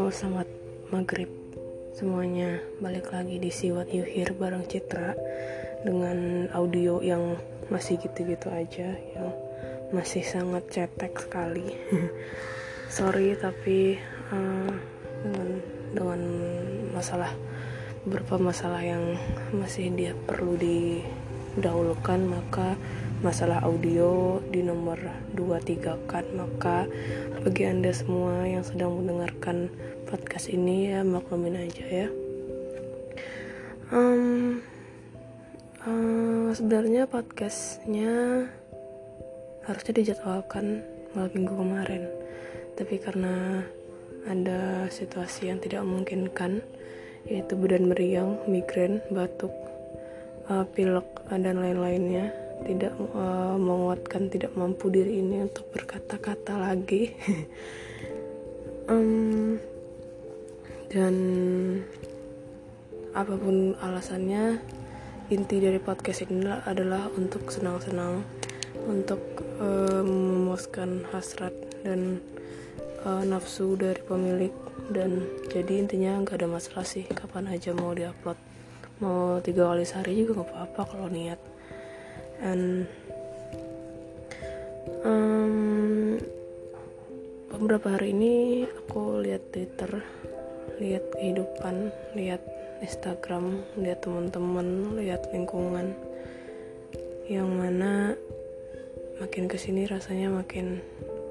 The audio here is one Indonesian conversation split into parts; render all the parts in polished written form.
Halo, selamat maghrib semuanya. Balik lagi di See What You Hear bareng Citra, dengan audio yang masih gitu-gitu aja, yang masih sangat cetek sekali. Sorry, tapi dengan beberapa masalah yang masih dia perlu didahulukan, maka masalah audio di nomor 2-3 kan. Maka bagi Anda semua yang sedang mendengarkan podcast ini, ya maklumin aja ya. Sebenarnya podcastnya harusnya dijadwalkan malam minggu kemarin, tapi karena ada situasi yang tidak memungkinkan, yaitu badan meriang, migrain, batuk, pilek, dan lain-lainnya, tidak menguatkan, tidak mampu diri ini untuk berkata-kata lagi. Dan apapun alasannya, inti dari podcast ini adalah untuk senang-senang, untuk memuaskan hasrat dan nafsu dari pemilik. Dan jadi intinya gak ada masalah sih, kapan aja mau diupload, mau 3 kali sehari juga gak apa-apa kalau niat. Dan beberapa hari ini aku lihat Twitter, lihat kehidupan, lihat Instagram, lihat teman-teman, lihat lingkungan, yang mana makin kesini rasanya makin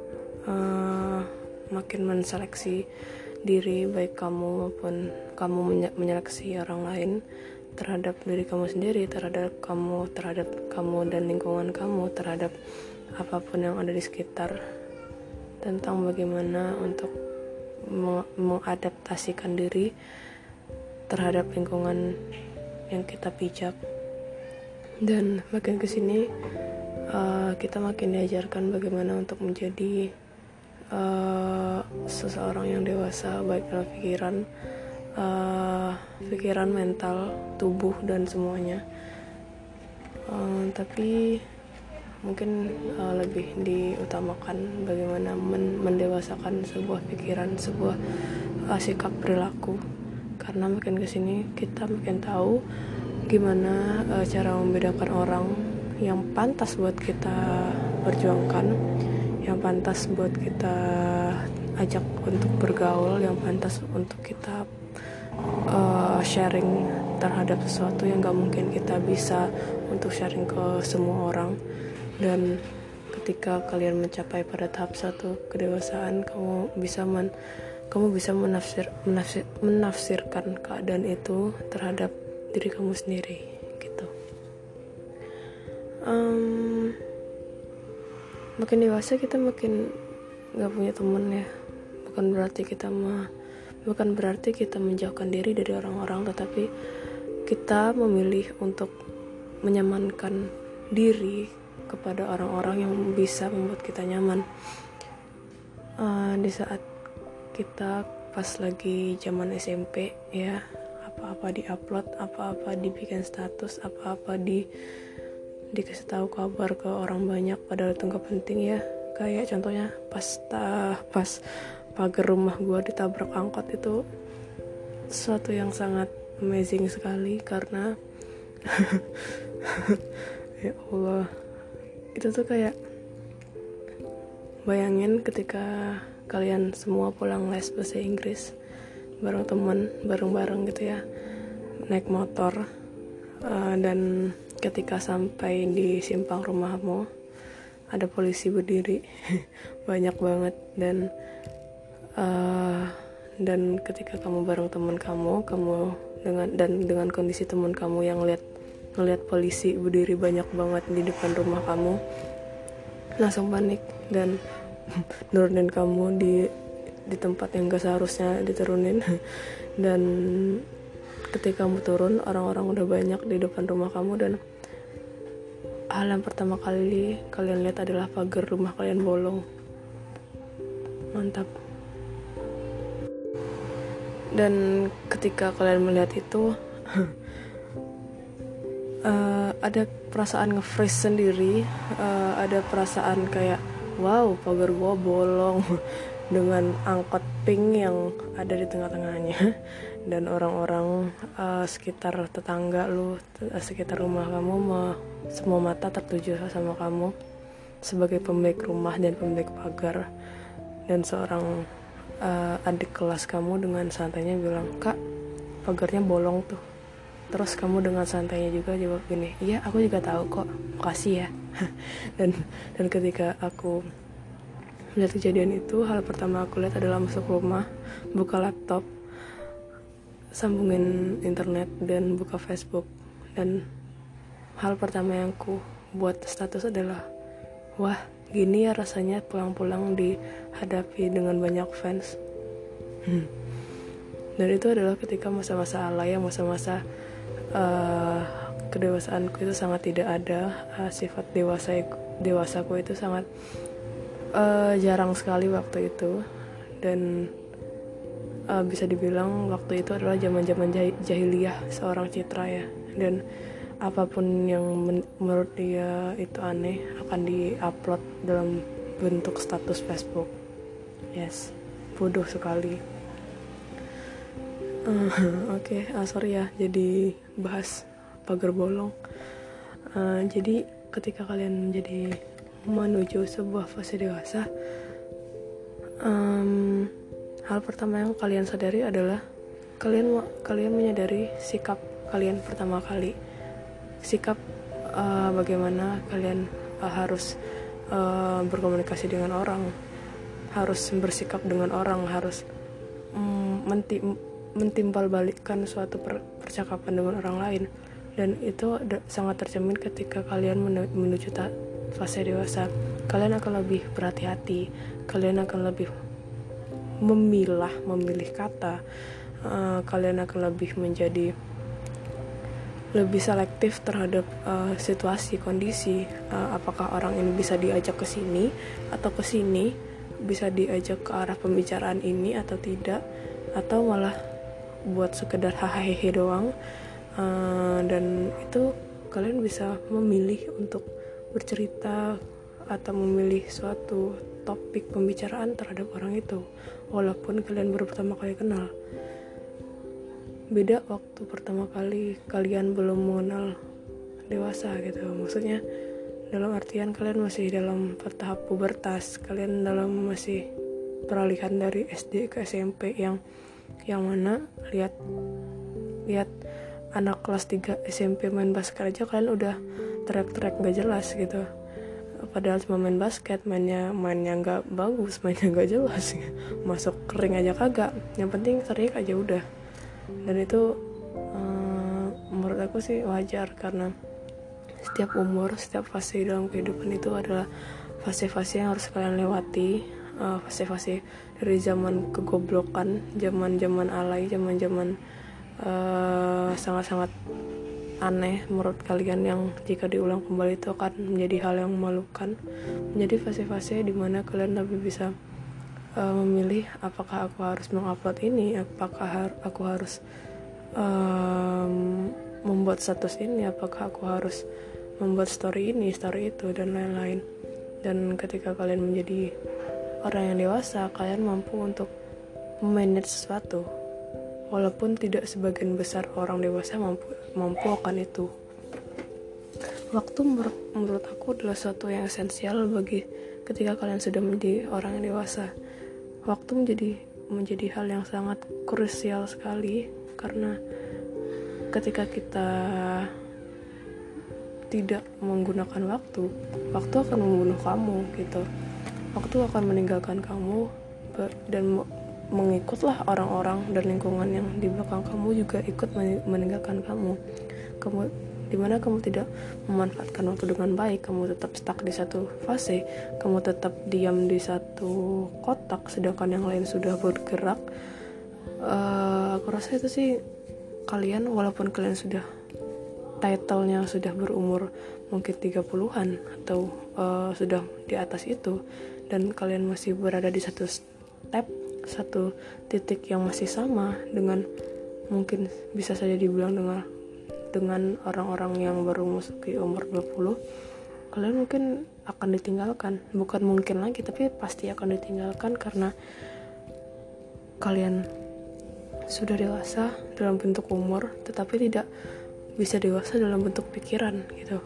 menseleksi diri, baik kamu maupun kamu menyeleksi orang lain terhadap diri kamu sendiri, terhadap kamu dan lingkungan kamu, terhadap apapun yang ada di sekitar, tentang bagaimana untuk mengadaptasikan diri terhadap lingkungan yang kita pijak. Dan makin kesini kita makin diajarkan bagaimana untuk menjadi seseorang yang dewasa, baik dalam pikiran, mental, tubuh, dan semuanya. Tapi mungkin lebih diutamakan bagaimana mendewasakan sebuah pikiran, sebuah sikap perilaku. Karena makin kesini kita makin tahu gimana cara membedakan orang yang pantas buat kita perjuangkan, yang pantas buat kita ajak untuk bergaul, yang pantas untuk kita sharing terhadap sesuatu yang gak mungkin kita bisa untuk sharing ke semua orang. Dan ketika kalian mencapai pada tahap satu kedewasaan, kamu bisa menafsirkan keadaan itu terhadap diri kamu sendiri gitu. Makin dewasa kita makin gak punya temen ya. Bukan berarti kita menjauhkan diri dari orang-orang, tetapi kita memilih untuk menyamankan diri kepada orang-orang yang bisa membuat kita nyaman. Di saat kita pas lagi zaman SMP ya, apa-apa diupload, apa-apa dibikin status, apa-apa dikasih tahu kabar ke orang banyak, padahal itu gak penting ya. Kayak contohnya pas pagar rumah gue ditabrak angkot, itu sesuatu yang sangat amazing sekali. Karena ya Allah, itu tuh kayak bayangin ketika kalian semua pulang les bahasa Inggris bareng teman, bareng-bareng gitu ya, naik motor, dan ketika sampai di simpang rumahmu ada polisi berdiri banyak banget. Dan ketika kamu bareng teman kamu dengan kondisi teman kamu yang ngelihat polisi berdiri banyak banget di depan rumah kamu, langsung panik dan nurunin kamu di tempat yang gak seharusnya diturunin. Dan ketika kamu turun, orang-orang udah banyak di depan rumah kamu, dan hal yang pertama kali kalian lihat adalah pagar rumah kalian bolong. Mantap. Dan ketika kalian melihat itu, ada perasaan nge-freeze sendiri, ada perasaan kayak wow, pagar gua bolong dengan angkot pink yang ada di tengah-tengahnya dan orang-orang sekitar tetangga lu, sekitar rumah kamu, semua mata tertuju sama kamu sebagai pemilik rumah dan pemilik pagar. Dan seorang adik kelas kamu dengan santainya bilang, "Kak, pagarnya bolong tuh." Terus kamu dengan santainya juga jawab gini, "Iya, aku juga tahu kok, makasih ya." dan ketika aku melihat kejadian itu, hal pertama aku lihat adalah masuk rumah, buka laptop, sambungin internet dan buka Facebook. Dan hal pertama yang aku buat status adalah, wah, gini ya rasanya pulang-pulang dihadapi dengan banyak fans. Dan itu adalah ketika masa-masa alay, masa-masa kedewasaanku itu sangat tidak ada, sifat dewasaku itu sangat jarang sekali waktu itu. Dan bisa dibilang waktu itu adalah zaman-zaman jahiliyah seorang Citra ya. Dan apapun yang menurut dia itu aneh akan di-upload dalam bentuk status Facebook. Yes, bodoh sekali. Oke, sorry ya, jadi bahas pagar bolong. Jadi ketika kalian menjadi menuju sebuah fase dewasa, hal pertama yang kalian sadari adalah kalian menyadari sikap kalian pertama kali, sikap bagaimana kalian harus berkomunikasi dengan orang, harus bersikap dengan orang, harus mentimbal balikkan suatu percakapan dengan orang lain. Dan itu sangat tercermin ketika kalian menuju fase dewasa. Kalian akan lebih berhati-hati, kalian akan lebih memilih kata, kalian akan lebih menjadi lebih selektif terhadap situasi, kondisi, apakah orang ini bisa diajak ke sini atau ke sini, bisa diajak ke arah pembicaraan ini atau tidak, atau malah buat sekedar hahaha doang. Dan itu kalian bisa memilih untuk bercerita atau memilih suatu topik pembicaraan terhadap orang itu walaupun kalian baru pertama kali kenal. Beda waktu pertama kali kalian belum mengenal dewasa gitu, maksudnya dalam artian kalian masih dalam tahap pubertas, kalian dalam masih peralihan dari SD ke SMP yang mana lihat anak kelas 3 SMP main basket aja kalian udah teriak-teriak gak jelas gitu, padahal cuma main basket, mainnya gak bagus, mainnya gak jelas, masuk kering aja kagak, yang penting teriak aja udah. Dan itu menurut aku sih wajar, karena setiap umur, setiap fase dalam kehidupan itu adalah fase-fase yang harus kalian lewati, fase-fase dari zaman kegoblokan, zaman-zaman alay, zaman-zaman sangat-sangat aneh menurut kalian yang jika diulang kembali itu akan menjadi hal yang memalukan, menjadi fase-fase dimana kalian lebih bisa memilih apakah aku harus mengupload ini, apakah aku harus membuat status ini, apakah aku harus membuat story ini, story itu, dan lain-lain. Dan ketika kalian menjadi orang yang dewasa, kalian mampu untuk memanage sesuatu, walaupun tidak sebagian besar orang dewasa mampu akan itu. Waktu menurut aku adalah sesuatu yang esensial bagi ketika kalian sudah menjadi orang yang dewasa. Waktu menjadi hal yang sangat krusial sekali, karena ketika kita tidak menggunakan waktu akan membunuh kamu gitu. Waktu akan meninggalkan kamu dan mengikutlah orang-orang dan lingkungan yang di belakang kamu juga ikut meninggalkan kamu. Dimana kamu tidak memanfaatkan waktu dengan baik, kamu tetap stuck di satu fase, kamu tetap diam di satu kotak sedangkan yang lain sudah bergerak. Aku rasa itu sih, kalian walaupun kalian sudah title-nya sudah berumur mungkin 30-an atau sudah di atas itu, dan kalian masih berada di satu satu titik yang masih sama dengan, mungkin bisa saja dibilang dengan orang-orang yang baru memasuki umur 20, kalian mungkin akan ditinggalkan. Bukan mungkin lagi, tapi pasti akan ditinggalkan karena kalian sudah dewasa dalam bentuk umur, tetapi tidak bisa dewasa dalam bentuk pikiran gitu.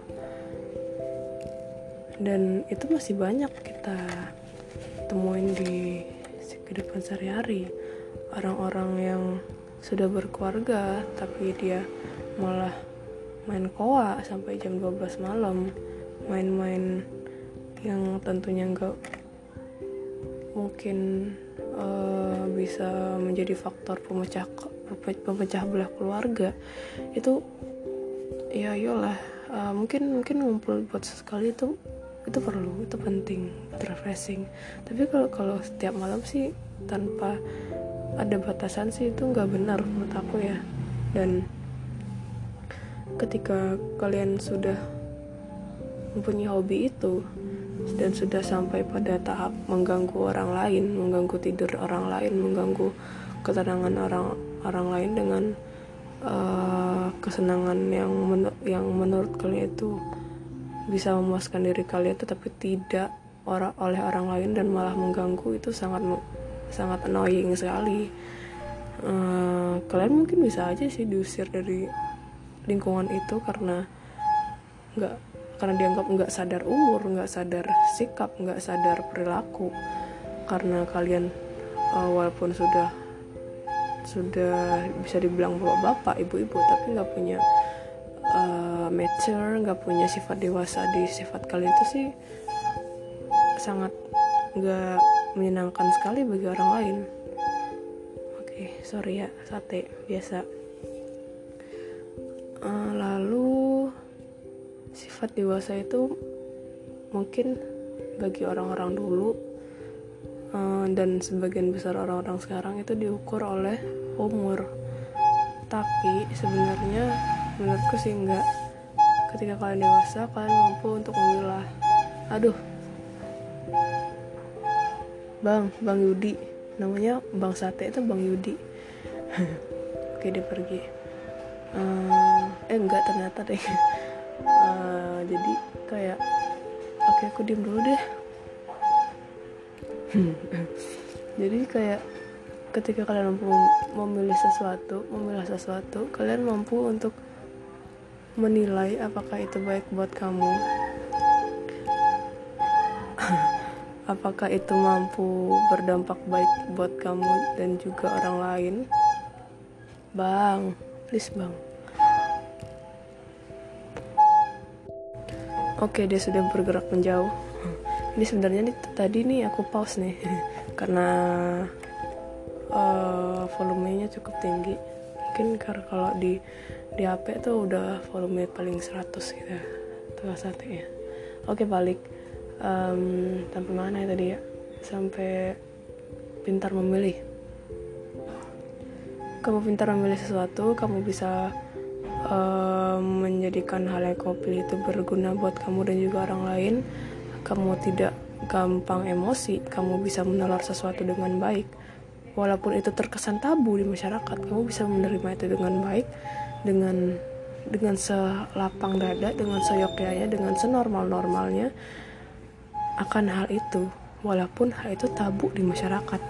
Dan itu masih banyak kita temuin di kehidupan sehari-hari. Orang-orang yang sudah berkeluarga tapi dia malah main koa sampai jam 12 malam, main-main yang tentunya nggak mungkin bisa menjadi faktor pemecah belah keluarga. Itu ya iyalah, mungkin ngumpul buat sesekali itu perlu, itu penting, itu refreshing. Tapi kalau setiap malam sih tanpa ada batasan sih itu nggak benar menurut aku ya. Dan ketika kalian sudah mempunyai hobi itu dan sudah sampai pada tahap mengganggu orang lain, mengganggu tidur orang lain, mengganggu ketenangan orang lain dengan kesenangan yang menurut kalian itu bisa memuaskan diri kalian, tetapi tidak oleh orang lain dan malah mengganggu, itu sangat annoying sekali. Kalian mungkin bisa aja sih diusir dari lingkungan itu karena dianggap nggak sadar umur, nggak sadar sikap, nggak sadar perilaku. Karena kalian walaupun sudah bisa dibilang bapak, ibu-ibu, tapi nggak punya mature, nggak punya sifat dewasa di sifat kalian, itu sih sangat nggak menyenangkan sekali bagi orang lain. Oke, sorry ya, sate biasa. Lalu sifat dewasa itu mungkin bagi orang-orang dulu dan sebagian besar orang-orang sekarang itu diukur oleh umur. Tapi sebenarnya menurutku sih enggak. Ketika kalian dewasa, kalian mampu untuk memilah. Aduh, Bang Yudi, namanya Bang Sate itu Bang Yudi. Oke, dia pergi. Enggak ternyata deh. Jadi kayak oke, aku diem dulu deh. Jadi kayak ketika kalian mampu memilah sesuatu, kalian mampu untuk menilai apakah itu baik buat kamu, apakah itu mampu berdampak baik buat kamu dan juga orang lain. Bang, please bang. Oke, dia sudah bergerak menjauh. Ini sebenarnya tadi nih aku pause nih karena volumenya cukup tinggi. Mungkin karena kalau di HP tuh udah volume paling 100 gitu tuh satenya. Oke, balik. Sampai mana ya tadi ya? Sampai pintar memilih. Kamu pintar memilih sesuatu, kamu bisa menjadikan hal yang kamu pilih itu berguna buat kamu dan juga orang lain. Kamu tidak gampang emosi, kamu bisa menalar sesuatu dengan baik. Walaupun itu terkesan tabu di masyarakat, kamu bisa menerima itu dengan baik, dengan selapang dada, dengan seyogyanya, dengan senormal-normalnya akan hal itu, walaupun hal itu tabu di masyarakat.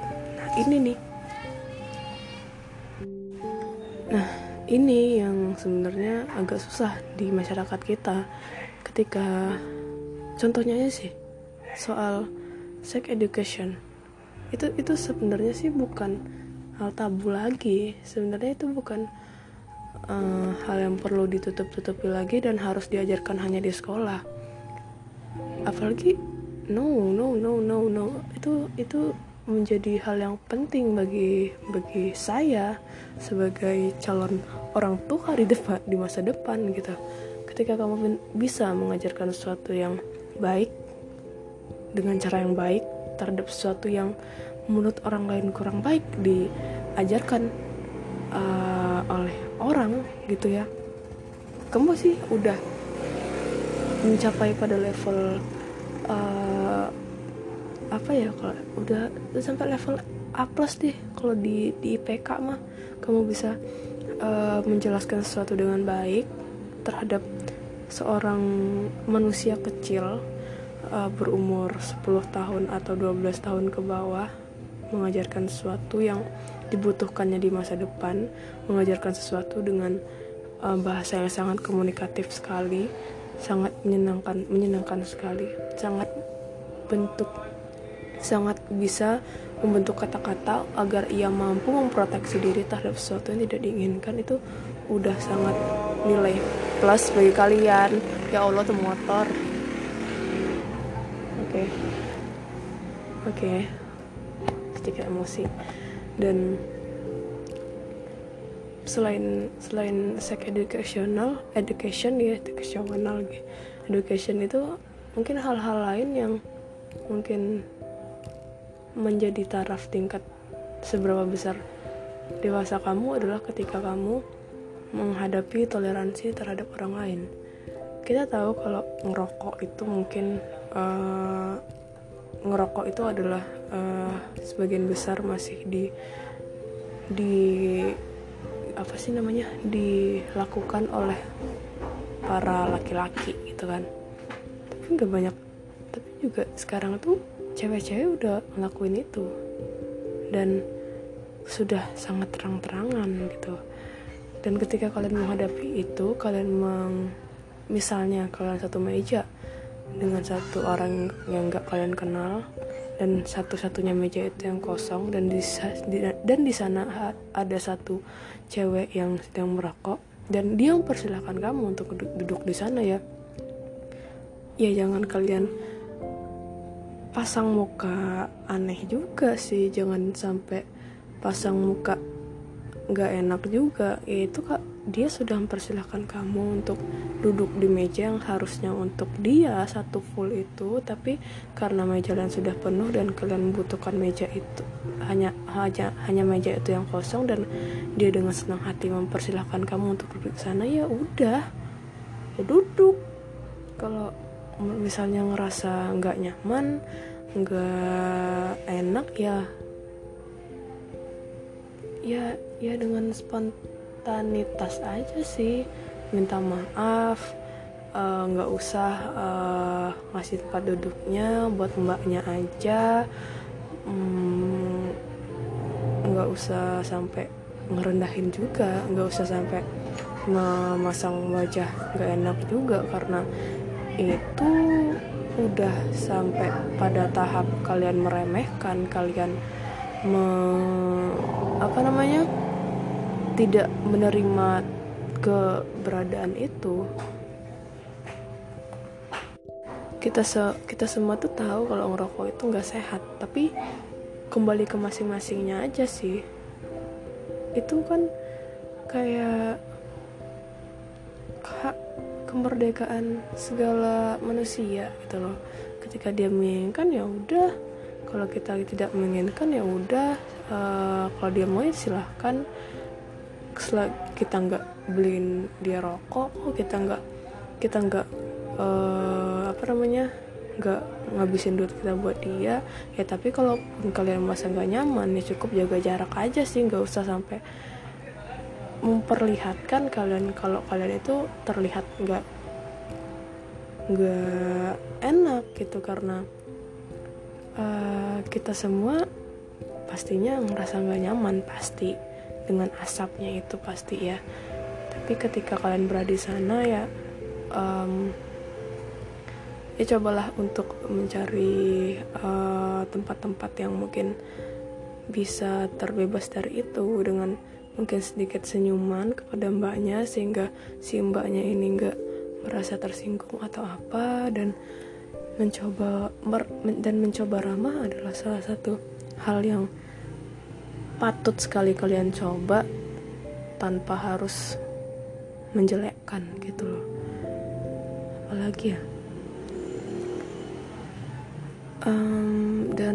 Nah ini yang sebenarnya agak susah di masyarakat kita. Ketika contohnya aja sih soal sex education, itu sebenarnya sih bukan hal tabu lagi. Sebenarnya itu bukan hal yang perlu ditutup-tutupi lagi dan harus diajarkan hanya di sekolah. Apalagi no, itu menjadi hal yang penting bagi saya sebagai calon orang tua di masa depan gitu. Ketika kamu bisa mengajarkan sesuatu yang baik dengan cara yang baik terhadap sesuatu yang menurut orang lain kurang baik diajarkan oleh orang gitu ya, kamu sih udah mencapai pada level kalau udah sampai level A+ deh kalau di IPK mah. Kamu bisa menjelaskan sesuatu dengan baik terhadap seorang manusia kecil, berumur 10 tahun atau 12 tahun ke bawah, mengajarkan sesuatu yang dibutuhkannya di masa depan, mengajarkan sesuatu dengan bahasa yang sangat komunikatif sekali, sangat menyenangkan sekali, sangat bisa membentuk kata-kata agar ia mampu memproteksi diri terhadap sesuatu yang tidak diinginkan. Itu udah sangat nilai plus bagi kalian. Ya Allah, tuh motor. Oke. Sedikit emosi. Dan selain sex education itu mungkin hal-hal lain yang mungkin menjadi taraf tingkat seberapa besar dewasa kamu adalah ketika kamu menghadapi toleransi terhadap orang lain. Kita tahu kalau ngerokok itu mungkin ngerokok itu adalah sebagian besar masih dilakukan oleh para laki-laki gitu kan. Tapi nggak banyak. Tapi juga sekarang tuh cewek-cewek udah ngelakuin itu dan sudah sangat terang-terangan gitu. Dan ketika kalian menghadapi itu, misalnya kalian satu meja dengan satu orang yang nggak kalian kenal dan satu-satunya meja itu yang kosong, dan di sana ada satu cewek yang sedang merokok dan dia mempersilahkan kamu untuk duduk di sana, ya jangan kalian pasang muka aneh juga sih, jangan sampai pasang muka nggak enak juga. Itu kak, dia sudah mempersilahkan kamu untuk duduk di meja yang harusnya untuk dia satu full itu, tapi karena meja lain sudah penuh dan kalian membutuhkan meja itu, hanya meja itu yang kosong, dan dia dengan senang hati mempersilahkan kamu untuk duduk di sana, ya udah, ya duduk. Kalau misalnya ngerasa nggak nyaman, nggak enak, ya dengan spontanitas aja sih, minta maaf, nggak usah ngasih tempat duduknya buat mbaknya aja, nggak usah sampai ngerendahin juga, nggak usah sampai memasang wajah nggak enak juga, karena itu udah sampai pada tahap kalian meremehkan, kalian tidak menerima keberadaan itu. Kita semua tuh tahu kalau ngerokok itu nggak sehat, tapi kembali ke masing-masingnya aja sih. Itu kan kayak hak kemerdekaan segala manusia gitu loh. Ketika dia menginginkan, ya udah. Kalau kita tidak menginginkan, ya udah. Kalau dia mau, ya silahkan. Kita nggak beliin dia rokok, kita nggak nggak ngabisin duit kita buat dia, ya. Tapi kalau kalian merasa nggak nyaman, ya cukup jaga jarak aja sih, nggak usah sampai memperlihatkan kalau kalian itu terlihat nggak enak gitu, karena kita semua pastinya ngerasa nggak nyaman pasti dengan asapnya itu pasti, ya. Tapi ketika kalian berada di sana, ya cobalah untuk mencari tempat-tempat yang mungkin bisa terbebas dari itu, dengan mungkin sedikit senyuman kepada mbaknya, sehingga si mbaknya ini nggak merasa tersinggung atau apa. Dan mencoba ramah adalah salah satu hal yang patut sekali kalian coba tanpa harus menjelekkan gitu loh. Apalagi ya, dan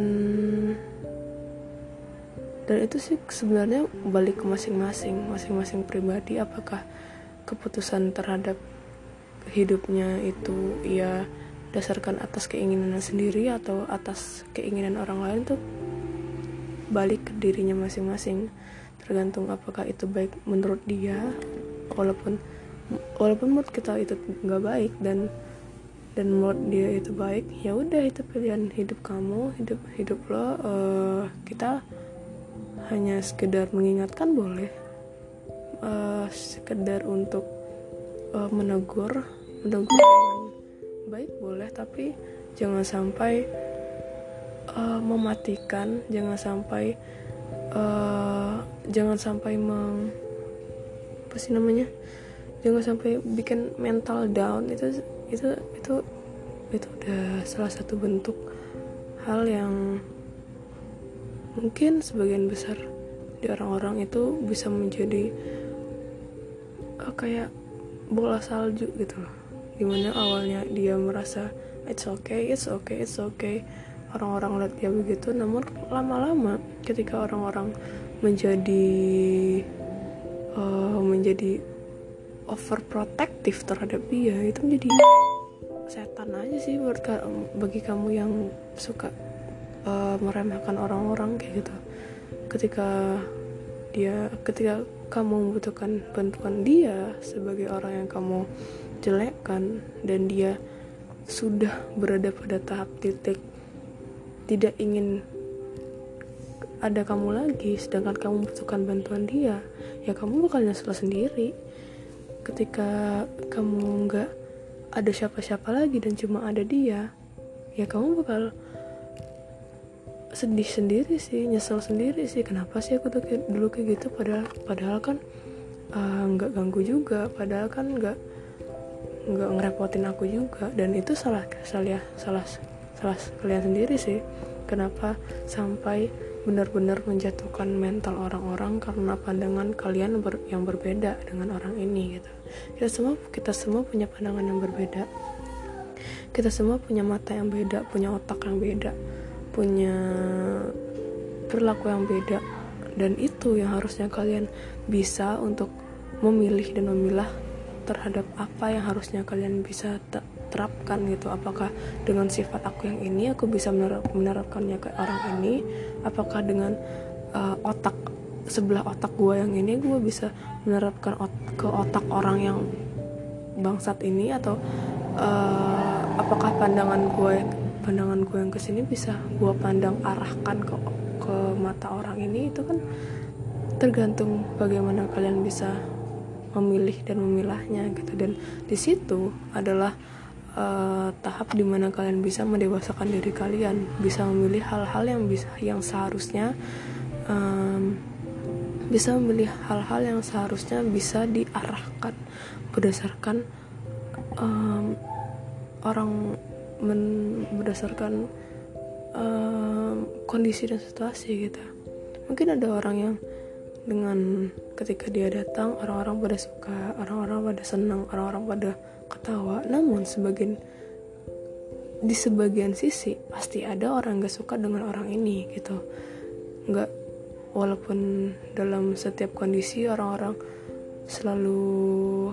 itu sih sebenarnya balik ke masing-masing pribadi, apakah keputusan terhadap hidupnya itu ya dasarkan atas keinginan sendiri atau atas keinginan orang lain, tuh balik ke dirinya masing-masing, tergantung apakah itu baik menurut dia, walaupun menurut kita itu nggak baik, dan dan menurut dia itu baik, ya udah itu pilihan hidup kamu, hidup lo. Kita hanya sekedar mengingatkan boleh, sekedar untuk menegur dengan baik boleh, tapi jangan sampai mematikan, jangan sampai apa sih namanya, jangan sampai bikin mental down. Itu udah salah satu bentuk hal yang mungkin sebagian besar di orang-orang itu bisa menjadi kayak bola salju gitu loh, dimana awalnya dia merasa it's okay, orang-orang lihat dia begitu, namun lama-lama ketika orang-orang menjadi overprotective terhadap dia, itu menjadi setan aja sih bagi kamu yang suka meremehkan orang-orang kayak gitu. Ketika kamu membutuhkan bantuan dia sebagai orang yang kamu jelekkan, dan dia sudah berada pada tahap titik tidak ingin ada kamu lagi, sedangkan kamu membutuhkan bantuan dia, ya kamu bakal nyesel sendiri. Ketika kamu nggak ada siapa-siapa lagi dan cuma ada dia, ya kamu bakal sedih sendiri sih, nyesel sendiri sih, kenapa sih aku tuh dulu kayak gitu, padahal kan nggak ganggu juga, padahal kan nggak ngerepotin aku juga. Dan itu salah kalian sendiri sih, kenapa sampai benar-benar menjatuhkan mental orang-orang karena pandangan kalian yang berbeda dengan orang ini gitu. Kita semua punya pandangan yang berbeda, kita semua punya mata yang beda, punya otak yang beda, punya perilaku yang beda, dan itu yang harusnya kalian bisa untuk memilih dan memilah terhadap apa yang harusnya kalian bisa terapkan gitu. Apakah dengan sifat aku yang ini aku bisa menerapkannya ke orang ini, apakah dengan sebelah otak gue yang ini gue bisa menerapkan ke otak orang yang bangsat ini, atau apakah pandangan gue yang kesini bisa gue arahkan ke mata orang ini. Itu kan tergantung bagaimana kalian bisa memilih dan memilahnya gitu. Dan di situ adalah tahap dimana kalian bisa mendewasakan diri kalian, bisa memilih hal-hal yang seharusnya bisa diarahkan berdasarkan berdasarkan kondisi dan situasi gitu. Mungkin ada orang yang dengan ketika dia datang orang-orang pada suka, orang-orang pada senang, orang-orang pada ketawa, namun di sebagian sisi pasti ada orang gak suka dengan orang ini gitu. Nggak, walaupun dalam setiap kondisi orang-orang selalu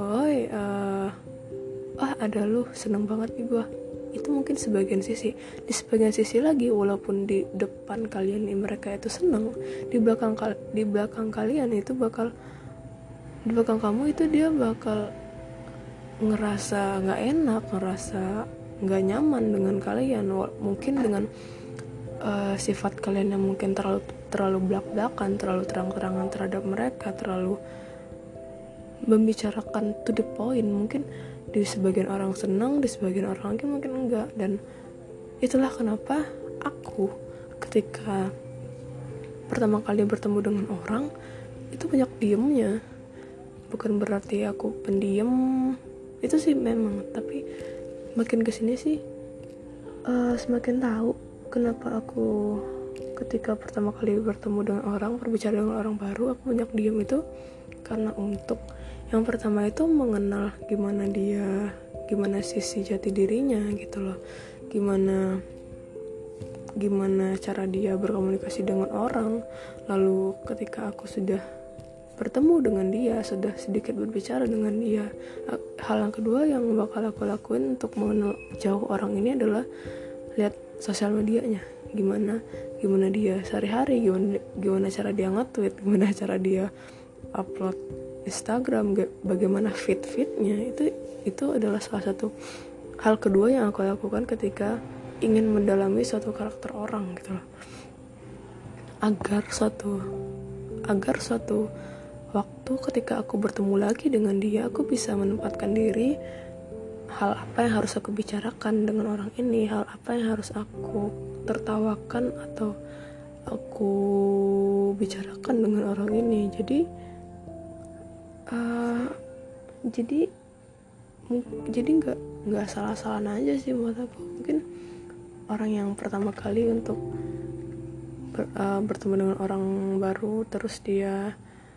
ada lu, seneng banget nih gua. Itu mungkin sebagian sisi. Di sebagian sisi lagi, walaupun di depan kalian nih mereka itu seneng, di belakang kalian itu di belakang kamu itu dia bakal ngerasa nggak enak, ngerasa nggak nyaman dengan kalian. Mungkin dengan sifat kalian yang mungkin terlalu belak-belakan, terlalu terang-terangan terhadap mereka, terlalu membicarakan to the point. Mungkin di sebagian orang senang, di sebagian orang lagi mungkin enggak. Dan itulah kenapa aku ketika pertama kali bertemu dengan orang itu banyak diemnya. Bukan berarti aku pendiam, itu sih memang, tapi makin kesini sih semakin tahu kenapa aku ketika pertama kali bertemu dengan orang, berbicara dengan orang baru, aku banyak diem itu karena untuk yang pertama itu mengenal gimana sisi jati dirinya gitu loh, gimana cara dia berkomunikasi dengan orang. Lalu ketika aku sudah bertemu dengan dia, sudah sedikit berbicara dengan dia, hal yang kedua yang bakal aku lakuin untuk mengenal jauh orang ini adalah lihat sosial medianya, gimana dia sehari-hari, gimana cara dia nge-tweet, gimana cara dia upload Instagram, bagaimana feed-feednya. Itu adalah salah satu hal kedua yang aku lakukan ketika ingin mendalami suatu karakter orang gitu loh, agar suatu waktu ketika aku bertemu lagi dengan dia, aku bisa menempatkan diri, hal apa yang harus aku bicarakan dengan orang ini, hal apa yang harus aku tertawakan atau aku bicarakan dengan orang ini. Jadi nggak salah-salahan aja sih buat aku. Mungkin orang yang pertama kali untuk bertemu dengan orang baru, terus dia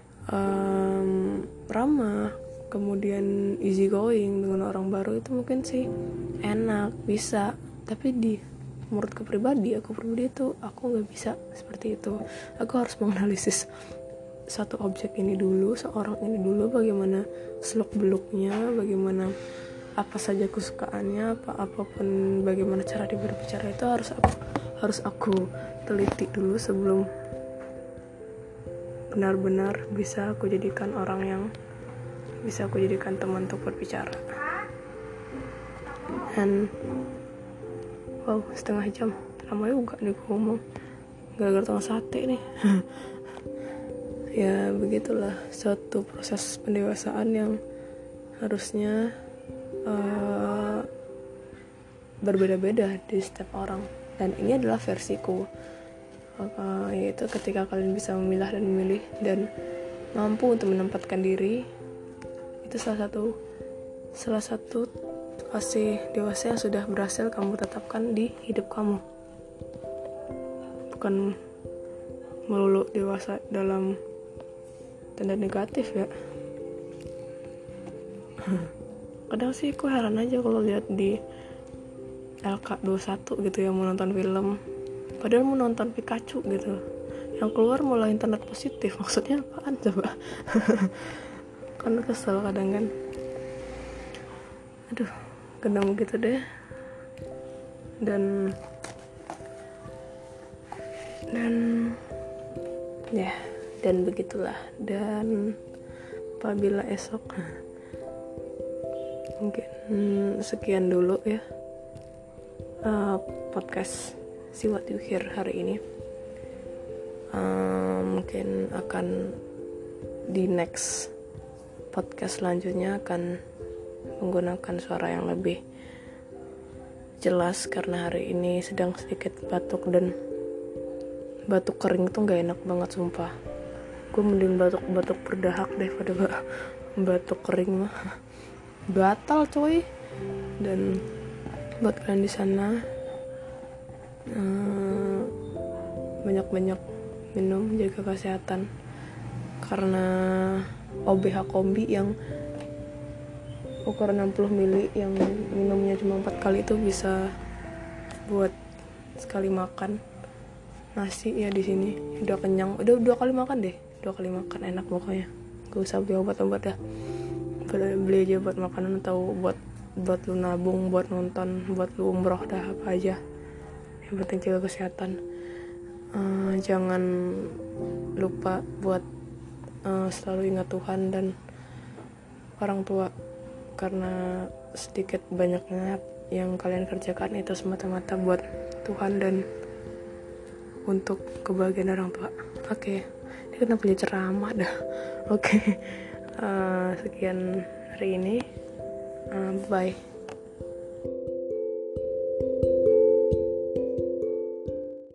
ramah, kemudian easy going dengan orang baru, itu mungkin sih enak, bisa. Tapi menurutku pribadi, aku nggak bisa seperti itu. Aku harus menganalisis satu objek ini dulu, seorang ini dulu, bagaimana seluk beluknya, bagaimana apa saja kesukaannya, apapun bagaimana cara dia berbicara, itu harus aku teliti dulu sebelum benar-benar bisa aku jadikan orang yang bisa aku jadikan teman untuk berbicara. Dan wow, setengah jam, lama juga nih gue ngomong gara-gara tengah sate nih. Ya begitulah suatu proses pendewasaan yang harusnya berbeda-beda di setiap orang, dan ini adalah versiku, yaitu ketika kalian bisa memilah dan memilih dan mampu untuk menempatkan diri, itu salah satu fase dewasa yang sudah berhasil kamu tetapkan di hidup kamu. Bukan melulu dewasa dalam tanda negatif ya. Kadang sih aku heran aja kalau lihat di LK21 gitu ya, mau nonton film, padahal mau nonton Pikachu gitu, yang keluar malah internet positif. Maksudnya apaan coba? Kan kesel kadang kan. Aduh, kadang gitu deh. Dan ya, dan begitulah. Dan apabila esok mungkin sekian dulu ya podcast See What You Hear hari ini. Mungkin akan di next podcast selanjutnya akan menggunakan suara yang lebih jelas, karena hari ini sedang sedikit batuk, dan batuk kering tuh gak enak banget sumpah. Gue mending batuk berdahak daripada batuk kering mah batal coy. Dan buat kalian di sana, banyak-banyak minum, jaga kesehatan, karena OBH kombi yang ukuran 60 ml yang minumnya cuma 4 kali itu bisa buat sekali makan nasi ya. Di sini udah kenyang, udah 2 kali makan, enak pokoknya. Gak usah beli obat-obat dah, beli aja buat makanan atau buat lu nabung, buat nonton, buat lu umroh, dah apa aja, yang penting jaga kesehatan. Jangan lupa buat selalu ingat Tuhan dan orang tua, karena sedikit banyaknya yang kalian kerjakan itu semata-mata buat Tuhan dan untuk kebahagiaan orang tua. Oke. Ini kenapa punya ceramah dah. Oke. Sekian hari ini. Bye.